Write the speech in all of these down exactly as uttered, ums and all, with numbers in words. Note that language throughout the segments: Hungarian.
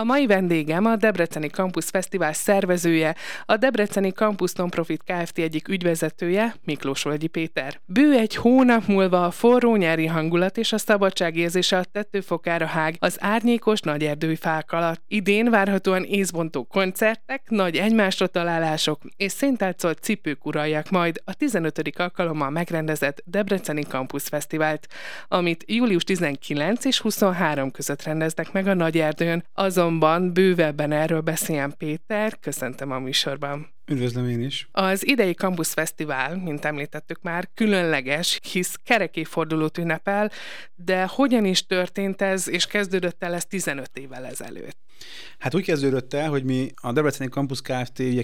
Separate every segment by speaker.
Speaker 1: A mai vendégem a Debreceni Campus Fesztivál szervezője, a Debreceni Campus Nonprofit Kft. Egyik ügyvezetője, Miklósvölgyi Péter. Bő egy hónap múlva a forró nyári hangulat és a szabadságérzése a tetőfokára hág az árnyékos nagyerdői fák alatt. Idén várhatóan észbontó koncertek, nagy egymásra találások és széntáncolt cipők uralják majd a tizenötödik alkalommal megrendezett Debreceni Campus Fesztivált, amit július tizenkilencedike és huszonharmadika között rendeznek meg a Nagyerdőn. Azonban bővebben erről beszéljen Péter, köszöntöm a műsorban.
Speaker 2: Üdvözlöm én is.
Speaker 1: Az idei Campus Fesztivál, mint említettük már, különleges, hisz kerekéfordulót ünnepel, de hogyan is történt ez, és kezdődött el ez tizenöt évvel ezelőtt?
Speaker 2: Hát úgy kezdődött el, hogy mi a Debreceni Campus Kft. Ugye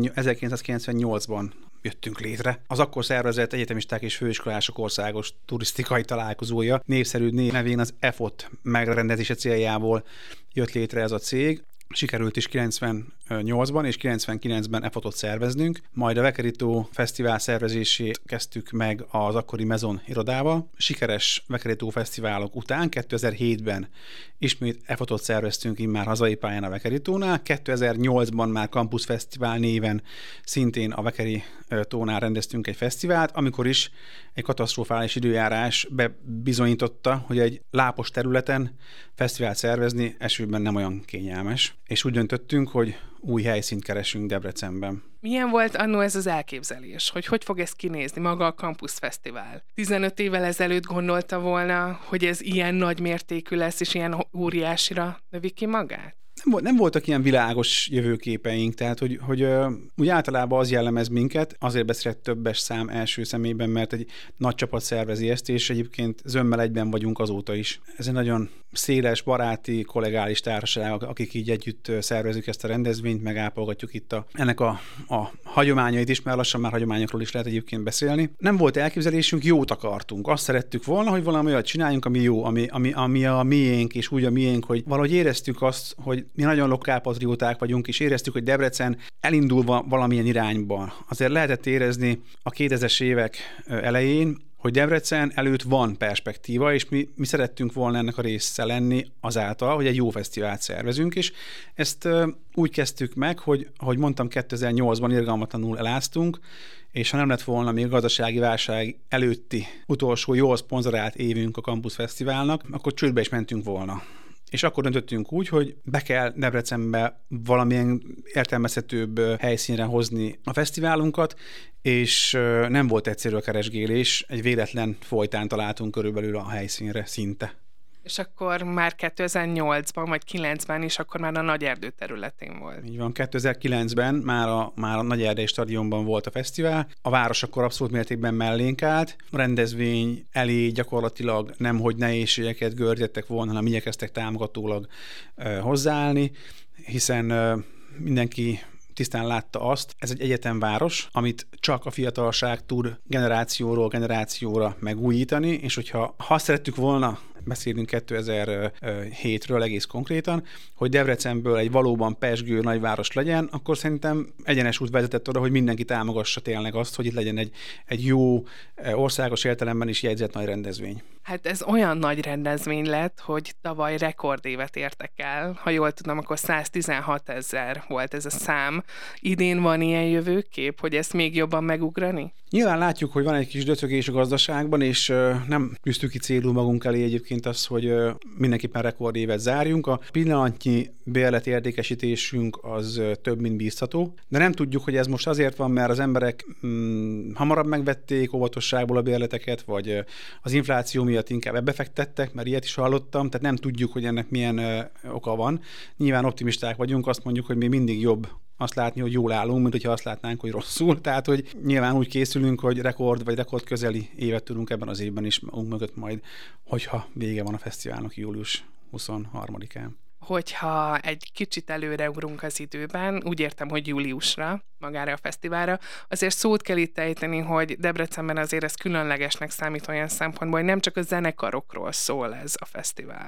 Speaker 2: ezerkilencszázkilencvennyolcban jöttünk létre. Az akkor szervezett egyetemisták és főiskolások országos turisztikai találkozója, népszerű nevén az e f o t megrendezése céljából jött létre ez a cég. Sikerült is kilencvennyolcban és kilencvenkilencben e f o t-ot szerveznünk, majd a Vekerító Fesztivál szervezését kezdtük meg az akkori Mezon irodával. Sikeres Vekerító Fesztiválok után kétezer-hétben ismét e f o t-ot szerveztünk immár hazai pályán a Vekerítónál, kétezer-nyolcban már Campus Fesztivál néven szintén a Vekerítónál rendeztünk egy fesztivált, amikor is egy katasztrofális időjárás bebizonyította, hogy egy lápos területen fesztivált szervezni esőben nem olyan kényelmes, és úgy döntöttünk, hogy új helyszínt keresünk Debrecenben.
Speaker 1: Milyen volt annó ez az elképzelés, hogy hogy fog ez kinézni maga a Campus Fesztivál? tizenöt évvel ezelőtt gondolta volna, hogy ez ilyen nagy mértékű lesz, és ilyen óriásira növi ki magát?
Speaker 2: Nem, nem voltak ilyen világos jövőképeink, tehát hogy, hogy úgy általában az jellemez minket, azért beszélek többes szám első személyben, mert egy nagy csapat szervezi ezt, és egyébként zömmel egyben vagyunk azóta is. Ez egy nagyon széles, baráti, kollegális társaság, akik így együtt szervezik ezt a rendezvényt, megápolgatjuk itt a, ennek a, a hagyományait is, mert lassan már hagyományokról is lehet egyébként beszélni. Nem volt elképzelésünk, jót akartunk. Azt szerettük volna, hogy valami olyat csináljunk, ami jó, ami, ami, ami a miénk, és úgy a miénk, hogy valahogy éreztük azt, hogy mi nagyon lokálpatrióták vagyunk, és éreztük, hogy Debrecen elindulva valamilyen irányba. Azért lehetett érezni a kétezres évek elején, hogy Debrecen előtt van perspektíva, és mi, mi szerettünk volna ennek a része lenni azáltal, hogy egy jó fesztivált szervezünk, és ezt uh, úgy kezdtük meg, hogy, ahogy mondtam, kétezer-nyolcban irgalmatlanul eláztunk, és ha nem lett volna még a gazdasági válság előtti utolsó jól szponzorált évünk a Campus Fesztiválnak, akkor csődbe is mentünk volna. És akkor döntöttünk úgy, hogy be kell Debrecenbe valamilyen értelmezhetőbb helyszínre hozni a fesztiválunkat, és nem volt egyszerű a keresgélés, egy véletlen folytán találtunk körülbelül a helyszínre szinte.
Speaker 1: És akkor már kétezer-nyolcban vagy kilencben is, akkor már a Nagyerdő területén volt.
Speaker 2: Így van, kétezer-kilencben már a, már a Nagyerdei stadionban volt a fesztivál. A város akkor abszolút mértékben mellénk állt. A rendezvény elé gyakorlatilag nemhogy nehézségeket gördettek volna, hanem igyekeztek támogatólag uh, hozzáállni, hiszen uh, mindenki tisztán látta azt, ez egy egyetemváros, amit csak a fiatalság tud generációról generációra megújítani, és hogyha ha szerettük volna, beszélünk kétezer-hétről egész konkrétan, hogy Debrecenből egy valóban pezsgő nagyváros legyen, akkor szerintem egyenes út vezetett oda, hogy mindenki támogassa tényleg azt, hogy itt legyen egy, egy jó, országos értelemben is jegyzett nagy rendezvény.
Speaker 1: Hát ez olyan nagy rendezvény lett, hogy tavaly rekordévet értek el. Ha jól tudom, akkor száztizenhat ezer volt ez a szám. Idén van ilyen jövőkép, hogy ezt még jobban megugrani?
Speaker 2: Nyilván látjuk, hogy van egy kis döcögés a gazdaságban, és nem tűztük ki célul magunk elé egyébként az, hogy mindenképpen rekordévet zárjunk. A pillanatnyi bérlet értékesítésünk az több, mint bíztató, de nem tudjuk, hogy ez most azért van, mert az emberek hm, hamarabb megvették óvatosságból a bérleteket, vagy az infláció miatt inkább ebbe fektettek, mert ilyet is hallottam, tehát nem tudjuk, hogy ennek milyen ö, oka van. Nyilván optimisták vagyunk, azt mondjuk, hogy mi mindig jobb azt látni, hogy jól állunk, mint hogyha azt látnánk, hogy rosszul. Tehát, hogy nyilván úgy készülünk, hogy rekord vagy rekord közeli évet tudunk ebben az évben is magunk mögött majd, hogyha vége van a fesztiválnak július huszonharmadikán.
Speaker 1: Hogyha egy kicsit előreugrunk az időben, úgy értem, hogy júliusra, magára a fesztiválra, azért szót kell itt ejteni, hogy Debrecenben azért ez különlegesnek számít olyan szempontból, hogy nem csak a zenekarokról szól ez a fesztivál.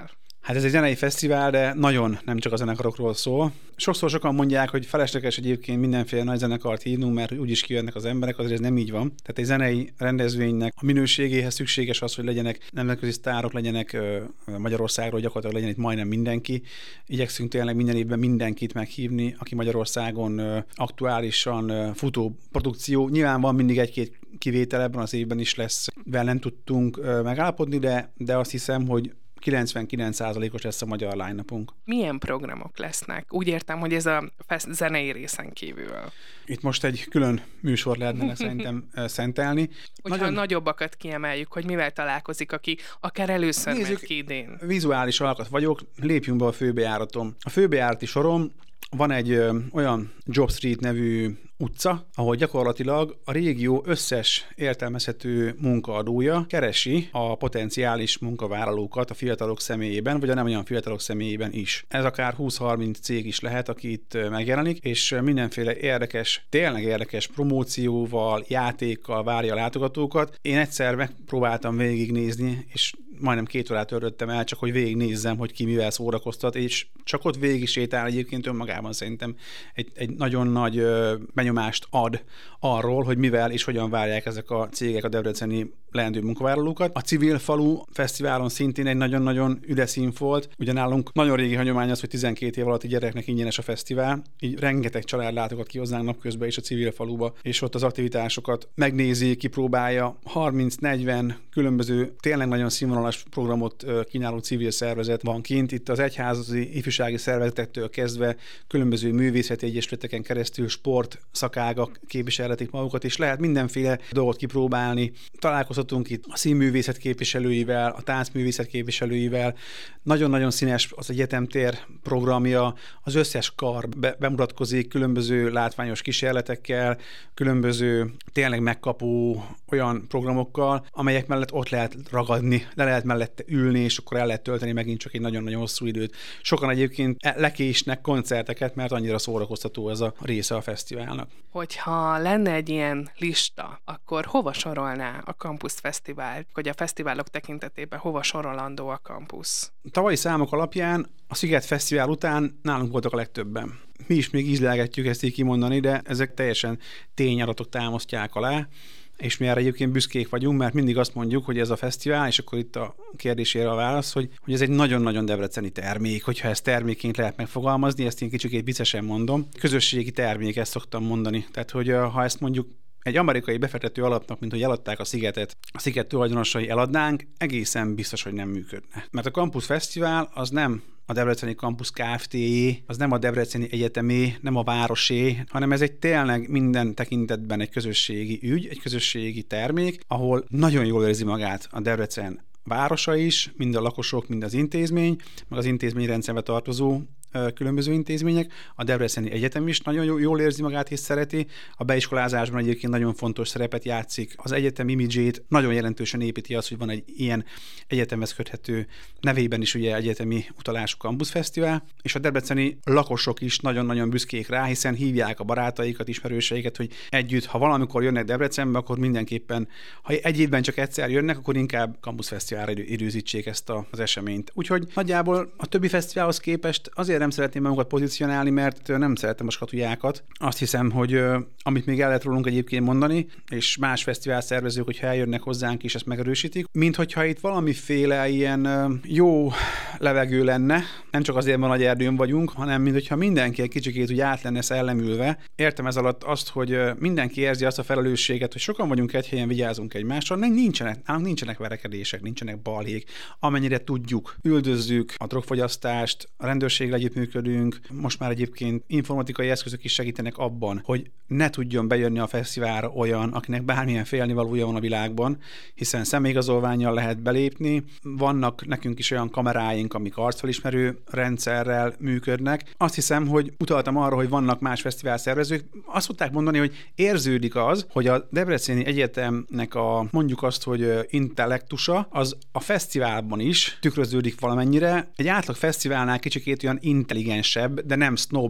Speaker 2: Hát ez egy zenei fesztivál, de nagyon nem csak a zenekarokról szól. Sokszor sokan mondják, hogy felesleges egyébként mindenféle nagy zenekart hívnunk, mert úgyis kijönnek az emberek, azért ez nem így van. Tehát egy zenei rendezvénynek a minőségéhez szükséges az, hogy legyenek nemzetközi sztárok, legyenek Magyarországról, gyakorlatilag legyen itt majdnem mindenki. Igyekszünk tényleg minden évben mindenkit meghívni, aki Magyarországon aktuálisan futó produkció. Nyilván van mindig egy-két kivétel, ebben az évben is lesz, vel nem tudtunk megállapodni, de, de azt hiszem, hogy kilencvenkilenc százalékos lesz a magyar line-upunk.
Speaker 1: Milyen programok lesznek? Úgy értem, hogy ez a zenei részen kívül.
Speaker 2: Itt most egy külön műsor lehetne szerintem szentelni.
Speaker 1: Hogyha Nagyon... nagyobbakat kiemeljük, hogy mivel találkozik, aki akár először Nézzük, megy ki idén.
Speaker 2: Vizuális alkat vagyok, lépjünk be a főbejáraton. A főbejárati sorom van egy ö, olyan Job Street nevű utca, ahol gyakorlatilag a régió összes értelmezhető munkaadója keresi a potenciális munkavállalókat a fiatalok személyében, vagy a nem olyan fiatalok személyében is. Ez akár húsz-harminc cég is lehet, aki itt megjelenik, és mindenféle érdekes, tényleg érdekes promócióval, játékkal várja a látogatókat. Én egyszer megpróbáltam végignézni, és majdnem két órát töltöttem el, csak hogy végignézzem, hogy ki mivel szórakoztat, és csak ott végig sétál egyébként önmagában szerintem egy, egy nagyon nagy benyomást ad arról, hogy mivel és hogyan várják ezek a cégek a debreceni leendő munkavállalókat. A Civil Falu Fesztiválon szintén egy nagyon-nagyon üde szín volt. Ugye nálunk nagyon régi hagyomány az, hogy tizenkét év alatti gyereknek ingyenes a fesztivál, így rengeteg család látogat ki hozzánk napközben is a Civil Faluba, és ott az aktivitásokat megnézi, kipróbálja. harminc-negyven különböző, tényleg nagyon színvonalas programot kínáló civil szervezet van kint. Itt az egyházi ifjúsági szervezetektől kezdve különböző művészeti egyesületeken keresztül sport szakágak képviselhetik magukat, és lehet mindenféle dolgot kipróbálni. Találkozhatunk itt a színművészet képviselőivel, a táncművészet képviselőivel. Nagyon-nagyon színes az egyetemtér programja, az összes kar be- bemutatkozik különböző látványos kísérletekkel, különböző tényleg megkapó olyan programokkal, amelyek mellett ott lehet ragadni, le lehet mellette ülni, és akkor el lehet tölteni megint csak egy nagyon-nagyon hosszú időt. Sokan egyébként lekésnek koncerteket, mert annyira szórakoztató ez a része a fesztiválnak.
Speaker 1: Hogyha lenne egy ilyen lista, akkor hova sorolná a Campus Fesztivált, hogy a fesztiválok tekintetében hova sorolandó a Campus?
Speaker 2: Tavalyi számok alapján a Sziget Fesztivál után nálunk voltak a legtöbben. Mi is még ízlelgetjük ezt így kimondani, de ezek teljesen tényadatok támasztják alá, és mi erre egyébként büszkék vagyunk, mert mindig azt mondjuk, hogy ez a fesztivál, és akkor itt a kérdésére a válasz, hogy, hogy ez egy nagyon-nagyon debreceni termék, hogyha ezt termékként lehet megfogalmazni, ezt én kicsikét viccesen mondom. Közösségi termék, ezt szoktam mondani. Tehát, hogy ha ezt mondjuk egy amerikai befektető alapnak, mint hogy eladták a Szigetet, a Sziget tulajdonosai eladnánk, egészen biztos, hogy nem működne. Mert a Campus Fesztivál az nem a Debreceni Campus Kft-jé, az nem a Debreceni Egyetemé, nem a városé, hanem ez egy tényleg minden tekintetben egy közösségi ügy, egy közösségi termék, ahol nagyon jól érzi magát a Debrecen városa is, mind a lakosok, mind az intézmény, meg az intézményrendszerbe tartozó különböző intézmények. A Debreceni Egyetem is nagyon jól érzi magát és szereti. A beiskolázásban egyébként nagyon fontos szerepet játszik. Az egyetem imidzsét nagyon jelentősen építi az, hogy van egy ilyen egyetemhez köthető nevében is ugye egyetemi utalású Campus Fesztivál, és a debreceni lakosok is nagyon-nagyon büszkék rá, hiszen hívják a barátaikat, ismerőseiket, hogy együtt, ha valamikor jönnek Debrecenbe, akkor mindenképpen, ha egy évben csak egyszer jönnek, akkor inkább Campus Fesztiválra időzítsék ezt az eseményt. Úgyhogy nagyjából a többi fesztiválhoz képest azért nem szeretném magunkat pozícionálni, mert nem szeretem a skatujákat. Azt hiszem, hogy amit még el lehet rólunk egyébként mondani, és más fesztivál szervezők, hogyha eljönnek hozzánk is, ezt megerősítik, mint hogyha itt valamiféle ilyen jó levegő lenne, nem csak azért van nagy erdőn vagyunk, hanem mint hogyha mindenki egy kicsikét úgy át lenne szellemülve. Értem ez alatt azt, hogy mindenki érzi azt a felelősséget, hogy sokan vagyunk egy helyen, vigyázunk egymásra, nem nincsenek, nálunk nincsenek verekedések, nincsenek balhék, amennyire tudjuk, üldözzük a drogfogyasztást, a rendőrséggel együttműködünk, most már egyébként informatikai eszközök is segítenek abban, hogy ne tudjon bejönni a fesztiválra olyan, akinek bármilyen félnivalója van a világban, hiszen személyigazolvánnyal lehet belépni, vannak nekünk is olyan kameráink, amik arcfelismerő rendszerrel működnek. Azt hiszem, hogy utaltam arra, hogy vannak más fesztivál szervezők, azt tudták mondani, hogy érződik az, hogy a Debreceni Egyetemnek a mondjuk azt, hogy intellektusa, az a fesztiválban is tükröződik valamennyire. Egy átlag fesztiválnál kicsikét olyan intelligensebb, de nem snob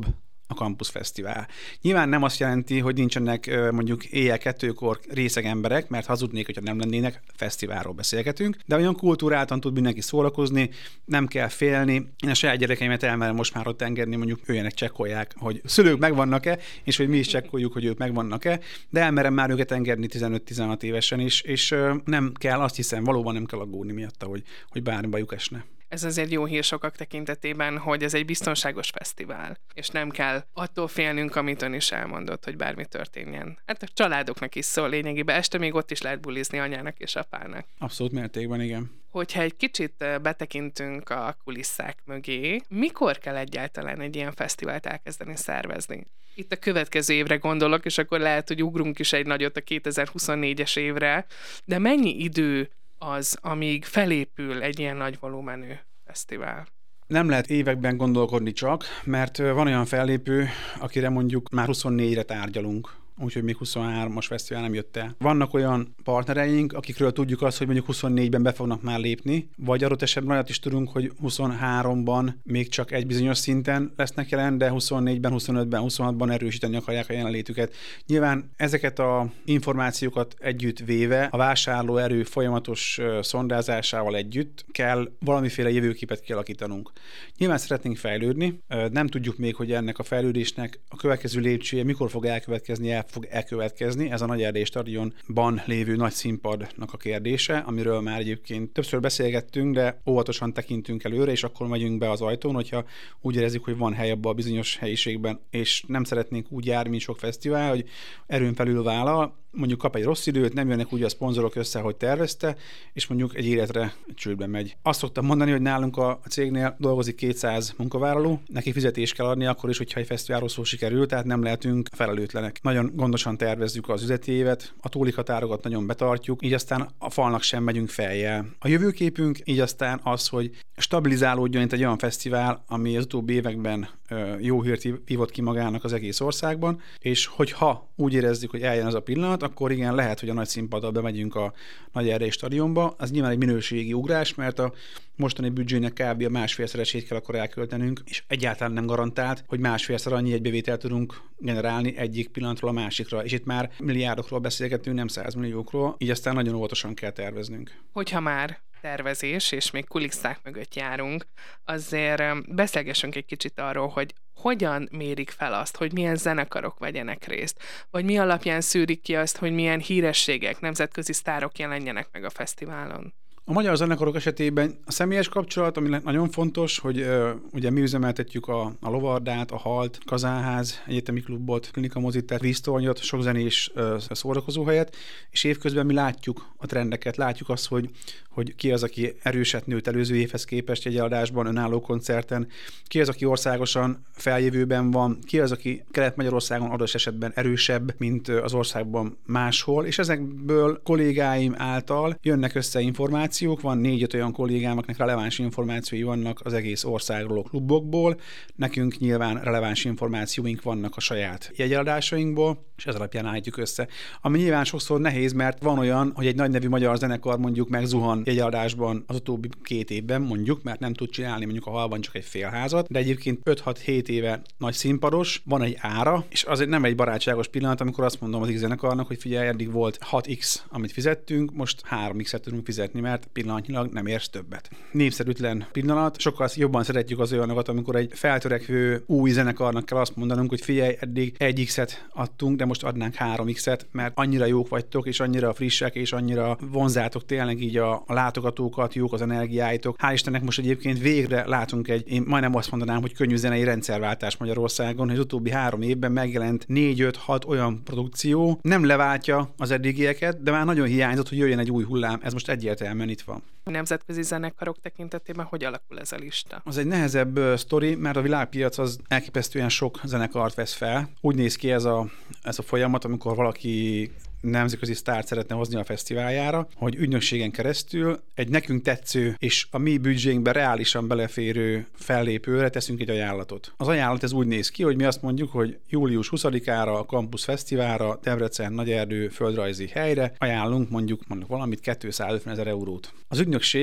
Speaker 2: a Campus Fesztivál. Nyilván nem azt jelenti, hogy nincsenek mondjuk éjjel kettőkor részeg emberek, mert hazudnék, hogyha nem lennének, fesztiválról beszélgetünk, de olyan kultúráltan tud mindenki szórakozni, nem kell félni. Én a saját gyerekeimet elmerem most már ott engedni, mondjuk őjenek csekkolják, hogy szülők megvannak-e, és hogy mi is csekkoljuk, hogy ők megvannak-e, de elmerem már őket engedni tizenöt-tizenhat évesen is, és nem kell, azt hiszem, valóban nem kell aggódni miatta, hogy, hogy bármi bajuk esne.
Speaker 1: Ez azért jó hír sokak tekintetében, hogy ez egy biztonságos fesztivál, és nem kell attól félnünk, amit ön is elmondott, hogy bármi történjen. Hát a családoknak is szól lényegében, este még ott is lehet bulizni anyának és apának.
Speaker 2: Abszolút mértékben, igen.
Speaker 1: Hogyha egy kicsit betekintünk a kulisszák mögé, mikor kell egyáltalán egy ilyen fesztivált elkezdeni szervezni? Itt a következő évre gondolok, és akkor lehet, hogy ugrunk is egy nagyot a kétezer-huszonnégyes évre, de mennyi idő az, amíg felépül egy ilyen nagy volumenű fesztivál?
Speaker 2: Nem lehet években gondolkodni csak, mert van olyan fellépő, akire mondjuk már huszonnégyre tárgyalunk, úgyhogy még huszonhármas fesztivál nem jött el. Vannak olyan partnereink, akikről tudjuk azt, hogy mondjuk huszonnégyben be fognak már lépni, vagy adott esetben olyat is tudunk, hogy huszonháromban még csak egy bizonyos szinten lesznek jelen, de huszonnégyben, huszonötben, huszonhatban erősíteni akarják a jelenlétüket. Nyilván ezeket az információkat együtt véve, a vásárló erő folyamatos szondázásával együtt kell valamiféle jövőképet kialakítanunk. Nyilván szeretnénk fejlődni, nem tudjuk még, hogy ennek a fejlődésnek a következő lépcsője mikor fog elkövetkezni, el fog elkövetkezni. Ez a Nagy Erdélyi Stadionban lévő nagy színpadnak a kérdése, amiről már egyébként többször beszélgettünk, de óvatosan tekintünk előre, és akkor megyünk be az ajtón, hogyha úgy érezzük, hogy van hely abban a bizonyos helyiségben, és nem szeretnénk úgy járni, mint sok fesztivál, hogy erőn felül vállal, mondjuk kap egy rossz időt, nem jönnek úgy a szponzorok össze, hogy tervezte, és mondjuk egy életre csődbe megy. Azt szoktam mondani, hogy nálunk a cégnél dolgozik kétszáz munkavállaló, neki fizetést kell adni akkor is, hogyha egy fesztiválról szó sikerül, tehát nem lehetünk felelőtlenek. Nagyon gondosan tervezzük az üzleti évet, a túli határokat nagyon betartjuk, így aztán a falnak sem megyünk feljel. A jövőképünk így aztán az, hogy stabilizálódjon itt egy olyan fesztivál, ami az utóbbi években jó hírt hívott ki magának az egész országban, és hogyha úgy érezzük, hogy eljön az a pillanat, akkor igen, lehet, hogy a nagy színpaddal bemegyünk a Nagy Erdélyi Stadionba. Az nyilván egy minőségi ugrás, mert a mostani büdzsének kb. A másfélszeresét kell akkor elköltenünk, és egyáltalán nem garantált, hogy másfélszer annyi egy bevételt tudunk generálni egyik pillanatról a másikra. És itt már milliárdokról beszélgetünk, nem százmilliókról, így aztán nagyon óvatosan kell terveznünk.
Speaker 1: Hogyha már tervezés, és még kulisszák mögött járunk, azért beszélgessünk egy kicsit arról, hogy hogyan mérik fel azt, hogy milyen zenekarok vegyenek részt, vagy mi alapján szűrik ki azt, hogy milyen hírességek, nemzetközi sztárok jelenjenek meg a fesztiválon.
Speaker 2: A magyar zenekarok esetében a személyes kapcsolat, ami nagyon fontos, hogy uh, ugye mi üzemeltetjük a, a Lovardát, a Halt, Kazánház, Egyetemi Klubot, Klinika Mozit, tehát víztornyot, sok zenés uh, szórakozóhelyet, és évközben mi látjuk a trendeket, látjuk azt, hogy, hogy ki az, aki erőset nőtt előző évhez képest egy adásban, önálló koncerten, ki az, aki országosan feljövőben van, ki az, aki Kelet-Magyarországon adott esetben erősebb, mint az országban máshol, és ezekből kollégáim által jönnek össze információk. Van négy-öt olyan kollégám, akiknek releváns információi vannak az egész országról, a klubokból. Nekünk nyilván releváns információink vannak a saját jegyeladásainkból, és ez alapján állítjuk össze. Ami nyilván sokszor nehéz, mert van olyan, hogy egy nagy nevű magyar zenekar mondjuk megzuhan jegyeladásban az utóbbi két évben mondjuk, mert nem tud csinálni mondjuk a Halban csak egy félházat, de egyébként öt-hat-hét éve nagy színpados, van egy ára, és azért nem egy barátságos pillanat, amikor azt mondom az X zenekarnak, hogy figyelj, eddig volt hat x, amit fizettünk, most három x-et tudunk fizetni, mert pillanatnyilag nem érsz többet. Népszerűtlen pillanat, sokkal jobban szeretjük az olyanokat, amikor egy feltörekvő új zenekarnak kell azt mondanunk, hogy figyelj, eddig egy x-et adtunk, de most adnánk három x-et, mert annyira jók vagytok, és annyira frissek, és annyira vonzátok tényleg így a, a látogatókat, jók az energiáitok. Hál' Istennek most egyébként végre látunk egy, én majdnem azt mondanám, hogy könnyű zenei rendszerváltás Magyarországon, hogy az utóbbi három évben megjelent négy-öt-hat olyan produkció, nem leváltja az eddigieket, de már nagyon hiányzott, hogy jöjjön egy új hullám. Ez most egyértelműen itt van.
Speaker 1: A nemzetközi zenekarok tekintetében hogy alakul ez a lista?
Speaker 2: Az egy nehezebb uh, sztori, mert a világpiac az elképesztően sok zenekart vesz fel. Úgy néz ki ez a, ez a folyamat, amikor valaki nemzetközi sztárt szeretne hozni a fesztiváljára, hogy ügynökségen keresztül egy nekünk tetsző és a mi büdzsénkbe reálisan beleférő fellépőre teszünk egy ajánlatot. Az ajánlat ez úgy néz ki, hogy mi azt mondjuk, hogy július huszadikára a Campus Fesztiválra, Debrecen, Nagyerdő földrajzi helyre ajánlunk mondjuk, mondjuk valamit kétszázötven ezer eurót. Az ügynökség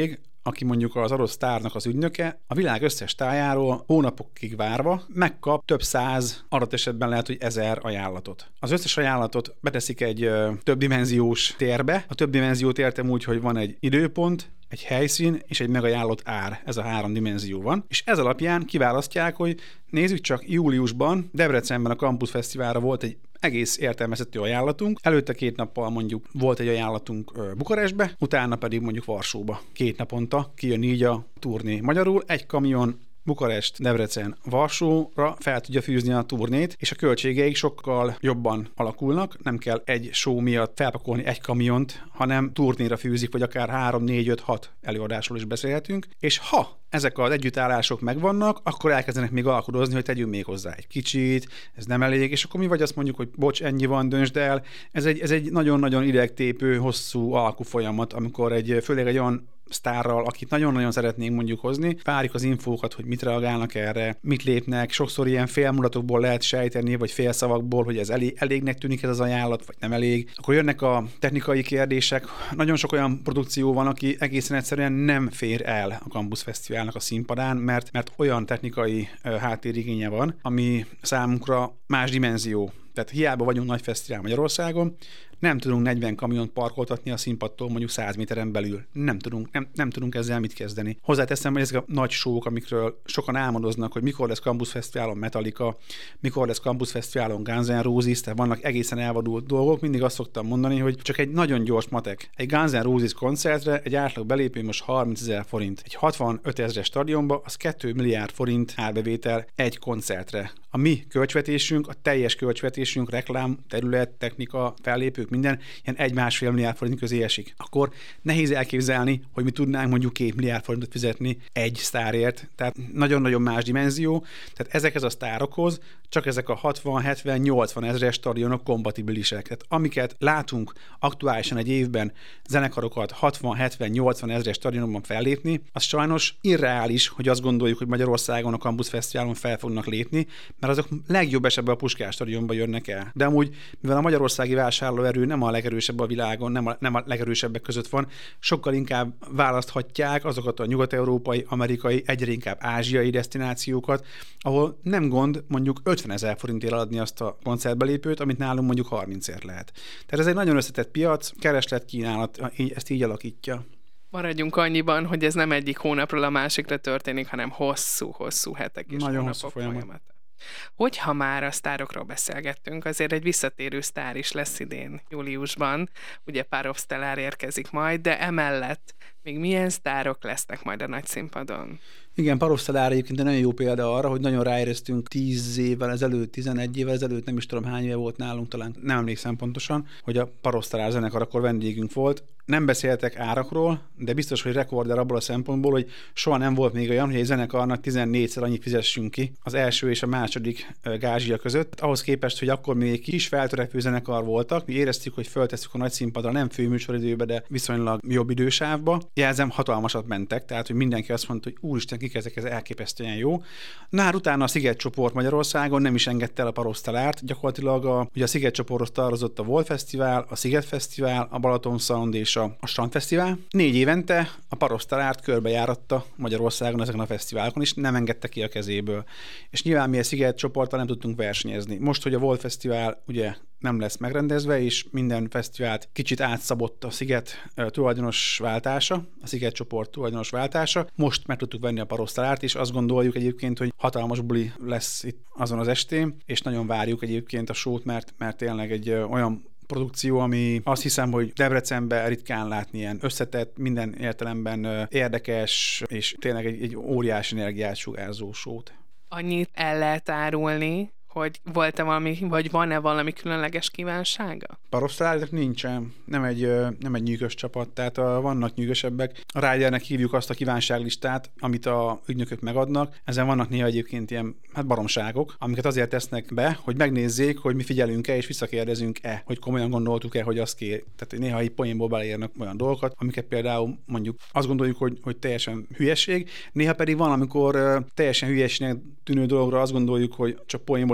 Speaker 2: aki mondjuk az adott sztárnak az ügynöke, a világ összes tájáról hónapokig várva megkap több száz, adott esetben lehet, hogy ezer ajánlatot. Az összes ajánlatot beteszik egy ö, többdimenziós térbe. A többdimenziót értem úgy, hogy van egy időpont, egy helyszín és egy megajánlott ár. Ez a három dimenzió van. És ez alapján kiválasztják, hogy nézzük csak, júliusban Debrecenben a Campus Fesztiválra volt egy egész értelmezhető ajánlatunk. Előtte két nappal mondjuk volt egy ajánlatunk Bukarestbe, utána pedig mondjuk Varsóba. Két naponta kijön így a turné. Magyarul egy kamion Bukarest, Debrecen, Varsóra fel tudja fűzni a turnét, és a költségeik sokkal jobban alakulnak, nem kell egy show miatt felpakolni egy kamiont, hanem turnéra fűzik, vagy akár három, négy, öt, hat előadásról is beszélhetünk, és ha ezek az együttállások megvannak, akkor elkezdenek még alkudozni, hogy tegyünk még hozzá egy kicsit, ez nem elég, és akkor mi vagy azt mondjuk, hogy bocs, ennyi van, döntsd el. Ez egy, ez egy nagyon-nagyon idegtépő, hosszú alkufolyamat, amikor egy, főleg egy olyan sztárral, akit nagyon-nagyon szeretnénk mondjuk hozni, várjuk az infókat, hogy mit reagálnak erre, mit lépnek, sokszor ilyen félmondatokból lehet sejteni, vagy félszavakból, hogy ez elég, elégnek tűnik ez az ajánlat, vagy nem elég. Akkor jönnek a technikai kérdések. Nagyon sok olyan produkció van, aki egészen egyszerűen nem fér el a Campus Fesztiválnak a színpadán, mert, mert olyan technikai uh, háttérigénye van, ami számunkra más dimenzió. Tehát hiába vagyunk nagy fesztivál Magyarországon, nem tudunk negyven kamiont parkoltatni a színpadtól mondjuk száz méteren belül. Nem tudunk, nem, nem tudunk ezzel mit kezdeni. Hozzáteszem, hogy ezek a nagy show-k, amikről sokan álmodoznak, hogy mikor lesz Campus Fesztiválon Metallica, mikor lesz Campus Fesztiválon Guns N' Roses, tehát vannak egészen elvadult dolgok. Mindig azt szoktam mondani, hogy csak egy nagyon gyors matek. Egy Guns N' Roses koncertre egy átlag belépő most harmincezer forint. Egy hatvanöt ezres stadionba az két milliárd forint árbevétel egy koncertre. A mi költségvetésünk, a teljes költségvetésünk, reklám, terület, technika, fellépők, minden ilyen egy-másfél milliárd forint közé esik. Akkor nehéz elképzelni, hogy mi tudnánk mondjuk két milliárd forintot fizetni egy sztárért. Tehát nagyon-nagyon más dimenzió. Tehát ezekhez a sztárokhoz csak ezek a hatvan, hetven, nyolcvan ezres stadionok kompatibilisek. Tehát amiket látunk aktuálisan egy évben zenekarokat hatvan, hetven, nyolcvan ezres stadionokban fellépni, az sajnos irreális, hogy azt gondoljuk, hogy Magyarországon a Campus Fesztiválon fel fognak lépni, mert azok legjobb esetben a Puskás stadionba jönnek el. De amúgy, mivel a magyarországi vásárlóerő nem a legerősebb a világon, nem a, nem a legerősebbek között van, sokkal inkább választhatják azokat a nyugat-európai, amerikai, egyre inkább ázsiai desztinációkat, ahol nem gond mondjuk ötvenezer forintért adni azt a koncertbelépőt, amit nálunk mondjuk harmincért lehet. Tehát ez egy nagyon összetett piac, kereslet, kínálat, ezt így alakítja.
Speaker 1: Maradjunk annyiban, hogy ez nem egyik hónapról a másikra történik, hanem hosszú-hosszú hetek és
Speaker 2: nagyon
Speaker 1: hónapok folyamata. Hogyha már a sztárokról beszélgettünk, azért egy visszatérő sztár is lesz idén, júliusban. Ugye Parov Stelar érkezik majd, de emellett még milyen sztárok lesznek majd a nagy színpadon?
Speaker 2: Igen, Parov Stelar egyébként nagyon jó példa arra, hogy nagyon ráéreztünk tíz évvel ezelőtt, tizenegy évvel ezelőtt, nem is tudom hány éve volt nálunk, talán nem emlékszem pontosan, hogy a Parov Stelar zenekar akkor vendégünk volt. Nem beszéltek árakról, de biztos, hogy rekorder abból a szempontból, hogy soha nem volt még olyan, hogy egy zenekarnak tizennégyszer annyit fizessünk ki az első és a második gázsia között. Ahhoz képest, hogy akkor még egy kis feltörekvő zenekar voltak, mi éreztük, hogy föltesszük a nagy színpadra, nem főműsoridőbe, de viszonylag jobb idősávba. Jelzem, hatalmasat mentek, tehát hogy mindenki azt mondta, hogy úristen, kik ezek, ez elképesztően jó. Na hát utána a Sziget csoport Magyarországon nem is engedte el a Parov Stelárt, gyakorlatilag a, ugye a Sziget csoporthoz tartozott a Volt Fesztivál, a Sziget Fesztivál, a Balaton Sound és a, a Strandfesztivál. Négy évente a Parov Stelárt körbejáratta Magyarországon ezeken a fesztiválokon, és nem engedte ki a kezéből. És nyilván mi a Sziget csoporttal nem tudtunk versenyezni. Most, hogy a Volt Fesztivál ugye nem lesz megrendezve, és minden fesztivált kicsit átszabott a Sziget tulajdonos váltása, a Sziget csoport tulajdonos váltása. Most meg tudtuk venni a Parov Stelárt, és azt gondoljuk egyébként, hogy hatalmas buli lesz itt azon az estén, és nagyon várjuk egyébként a show-t, mert, mert tényleg egy olyan produkció, ami azt hiszem, hogy Debrecenben ritkán látni ilyen összetett, minden értelemben érdekes, és tényleg egy, egy óriási energiát sugárzó show-t.
Speaker 1: Annyit el lehet árulni, hogy volt-e valami, vagy van-e valami különleges kívánsága?
Speaker 2: Parov Stelarnak nincsen, nem egy, nem egy nyűgös csapat, tehát a, vannak nyűgösebbek. A Ridernek hívjuk azt a kívánságlistát, amit a ügynökök megadnak. Ezen vannak néha egyébként ilyen hát baromságok, amiket azért tesznek be, hogy megnézzék, hogy mi figyelünk-e és visszakérdezünk-e, hogy komolyan gondoltuk-e, hogy azt kér. Tehát néha egy poénból beleérnek olyan dolgokat, amiket például mondjuk azt gondoljuk, hogy, hogy teljesen hülyeség, néha pedig van, amikor teljesen hülyeségnek tűnő dologra azt gondoljuk, hogy csak poénból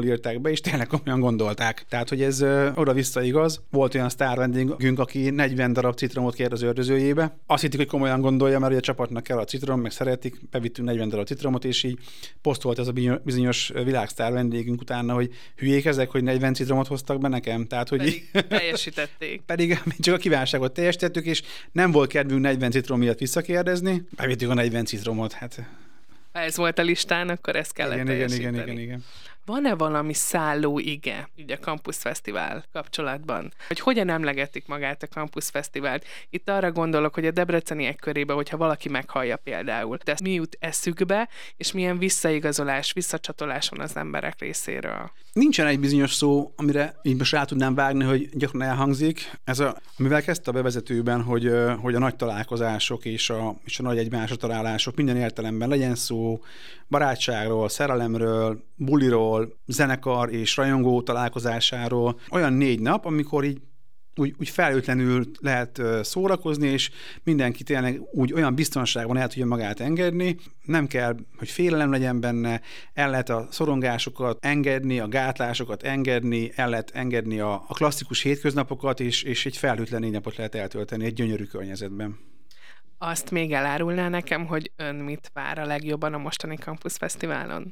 Speaker 2: írták be, és tényleg komolyan gondolták. Tehát, hogy ez ö, oda-vissza igaz. Volt olyan sztár vendégünk, aki negyven darab citromot kért az ördözőjébe. Azt hittik, hogy komolyan gondolja, mert ugye a csapatnak kell a citrom, meg szeretik, bevittünk negyven darab citromot, és így posztolt ez a bizonyos világsztár vendégünk utána, hogy hülyék ezek, hogy negyven citromot hoztak be nekem. Tehát, hogy
Speaker 1: pedig teljesítették.
Speaker 2: Pedig mi csak a kívánságot teljesítettük, és nem volt kedvünk negyven citrom miatt visszakérdezni. Bevittük a negyven citromot, hát...
Speaker 1: Ha ez volt a listán, akkor ezt kellett
Speaker 2: igen,
Speaker 1: teljesíteni.
Speaker 2: igen, igen, igen, igen.
Speaker 1: Van-e valami szálló ige így a Campus Fesztivál kapcsolatban? Hogy hogyan emlegetik magát a Campus Fesztivált? Itt arra gondolok, hogy a debreceniek körében, hogyha valaki meghallja például, de mi jut eszükbe, és milyen visszaigazolás, visszacsatolás van az emberek részéről?
Speaker 2: Nincsen egy bizonyos szó, amire így most rá tudnám vágni, hogy gyakran elhangzik. Ez a, amivel kezdte a bevezetőben, hogy, hogy a nagy találkozások és a, és a nagy egymásra találások minden értelemben legyen szó barátságról, szerelemről, buliról, zenekar és rajongó találkozásáról. Olyan négy nap, amikor így úgy, úgy felőtlenül lehet szórakozni, és mindenki tényleg úgy olyan biztonságban el tudja magát engedni. Nem kell, hogy félelem legyen benne, el lehet a szorongásokat engedni, a gátlásokat engedni, el lehet engedni a, a klasszikus hétköznapokat, és, és egy felhőtlen négy napot lehet eltölteni egy gyönyörű környezetben.
Speaker 1: Azt még elárulná nekem, hogy ön mit vár a legjobban a mostani Campus Fesztiválon?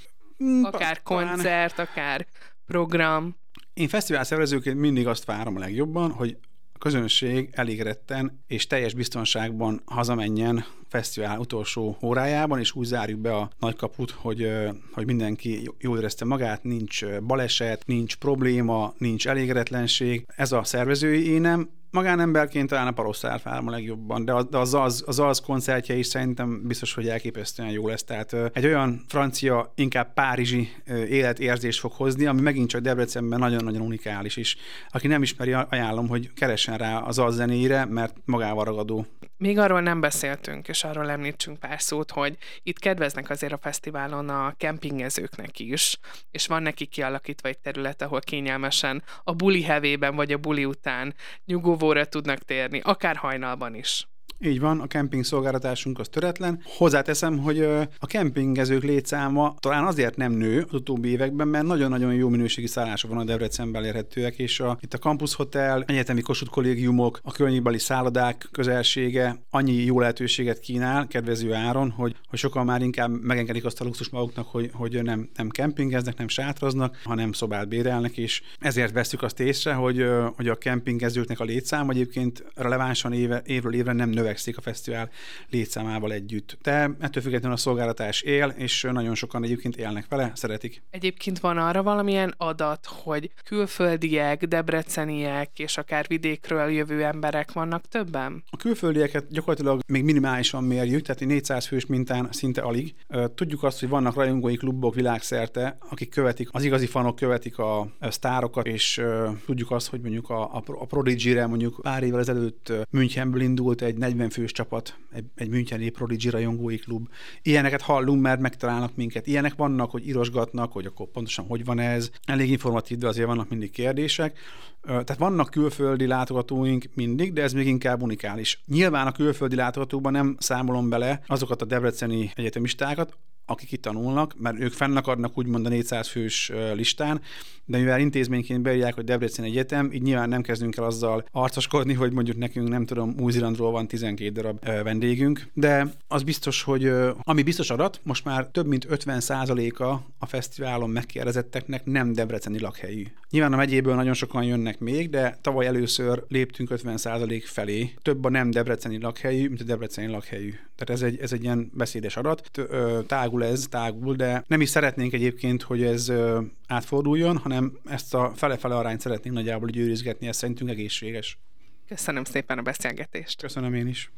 Speaker 1: Akár koncert, akár program.
Speaker 2: Én fesztivál szervezőként mindig azt várom a legjobban, hogy a közönség elégedetten és teljes biztonságban hazamenjen fesztivál utolsó órájában, és úgy zárjuk be a nagykaput, hogy, hogy mindenki jól érezte magát, nincs baleset, nincs probléma, nincs elégedetlenség. Ez a szervezői énem. Magánemberként talán a Parosszár várom a legjobban, de az az, az az koncertje is szerintem biztos, hogy elképesztően jó lesz. Tehát egy olyan francia, inkább párizsi életérzést fog hozni, ami megint csak Debrecenben nagyon-nagyon unikális is. Aki nem ismeri, ajánlom, hogy keressen rá az az zenéjére, mert magával ragadó.
Speaker 1: Még arról nem beszéltünk, és arról említsünk pár szót, hogy itt kedveznek azért a fesztiválon a kempingezőknek is, és van neki kialakítva egy terület, ahol kényelmesen a buli hevében vagy a buli után nyugovóra tudnak térni, akár hajnalban is.
Speaker 2: Így van, a kemping szolgáltatásunk az töretlen. Hozzáteszem, hogy a kempingezők létszáma talán azért nem nő az utóbbi években, mert nagyon-nagyon jó minőségi szállások van a Debrecenben elérhetőek, és a, itt a Campus Hotel, egyetemi Kossuth kollégiumok, a környékbeli szállodák közelsége annyi jó lehetőséget kínál, kedvező áron, hogy, hogy sokan már inkább megengedik azt a luxus maguknak, hogy, hogy nem, nem kempingeznek, nem sátraznak, hanem szobát bérelnek, és ezért vesszük azt észre, hogy, hogy a kempingezőknek a létszám egyébként relevánsan éve, évről évre nem növekszik a fesztivál létszámával együtt. De ettől függetlenül a szolgáltatás él, és nagyon sokan egyébként élnek vele, szeretik.
Speaker 1: Egyébként van arra valamilyen adat, hogy külföldiek, debreceniek és akár vidékről jövő emberek vannak többen?
Speaker 2: A külföldieket gyakorlatilag még minimálisan mérjük, tehát négyszáz fős mintán szinte alig. Tudjuk azt, hogy vannak rajongói klubok világszerte, akik követik, az igazi fanok követik a sztárokat, és tudjuk azt, hogy mondjuk a, a Prodigy-re mondjuk pár évvel ezelőtt Münchenből indult egy negyven fős csapat, egy, egy müncheni Prodigy rajongói klub. Ilyeneket hallunk, mert megtalálnak minket. Ilyenek vannak, hogy írosgatnak, hogy akkor pontosan hogy van ez. Elég informatív, de azért vannak mindig kérdések. Tehát vannak külföldi látogatóink mindig, de ez még inkább unikális. Nyilván a külföldi látogatókban nem számolom bele azokat a debreceni egyetemistákat, akik itt tanulnak, mert ők fennakadnak úgymond a négyszáz fős listán, de mivel intézményként beírják, hogy Debrecen Egyetem, így nyilván nem kezdünk el azzal arcoskodni, hogy mondjuk nekünk, nem tudom, Új-Zélandról van tizenkét darab vendégünk, de az biztos, hogy ami biztos adat, most már több mint ötven százaléka a fesztiválon megkérdezetteknek nem debreceni lakhelyű. Nyilván a megyéből nagyon sokan jönnek még, de tavaly először léptünk ötven százalék felé. Több a nem debreceni lakhelyű, mint a debreceni lakhelyű. Tehát ez egy, ez egy ilyen beszédes adat. Tágul ez, tágul, de nem is szeretnénk egyébként, hogy ez átforduljon, hanem ezt a fele-fele arányt szeretnénk nagyjából győrizgetni, ez szerintünk egészséges.
Speaker 1: Köszönöm szépen a beszélgetést.
Speaker 2: Köszönöm én is.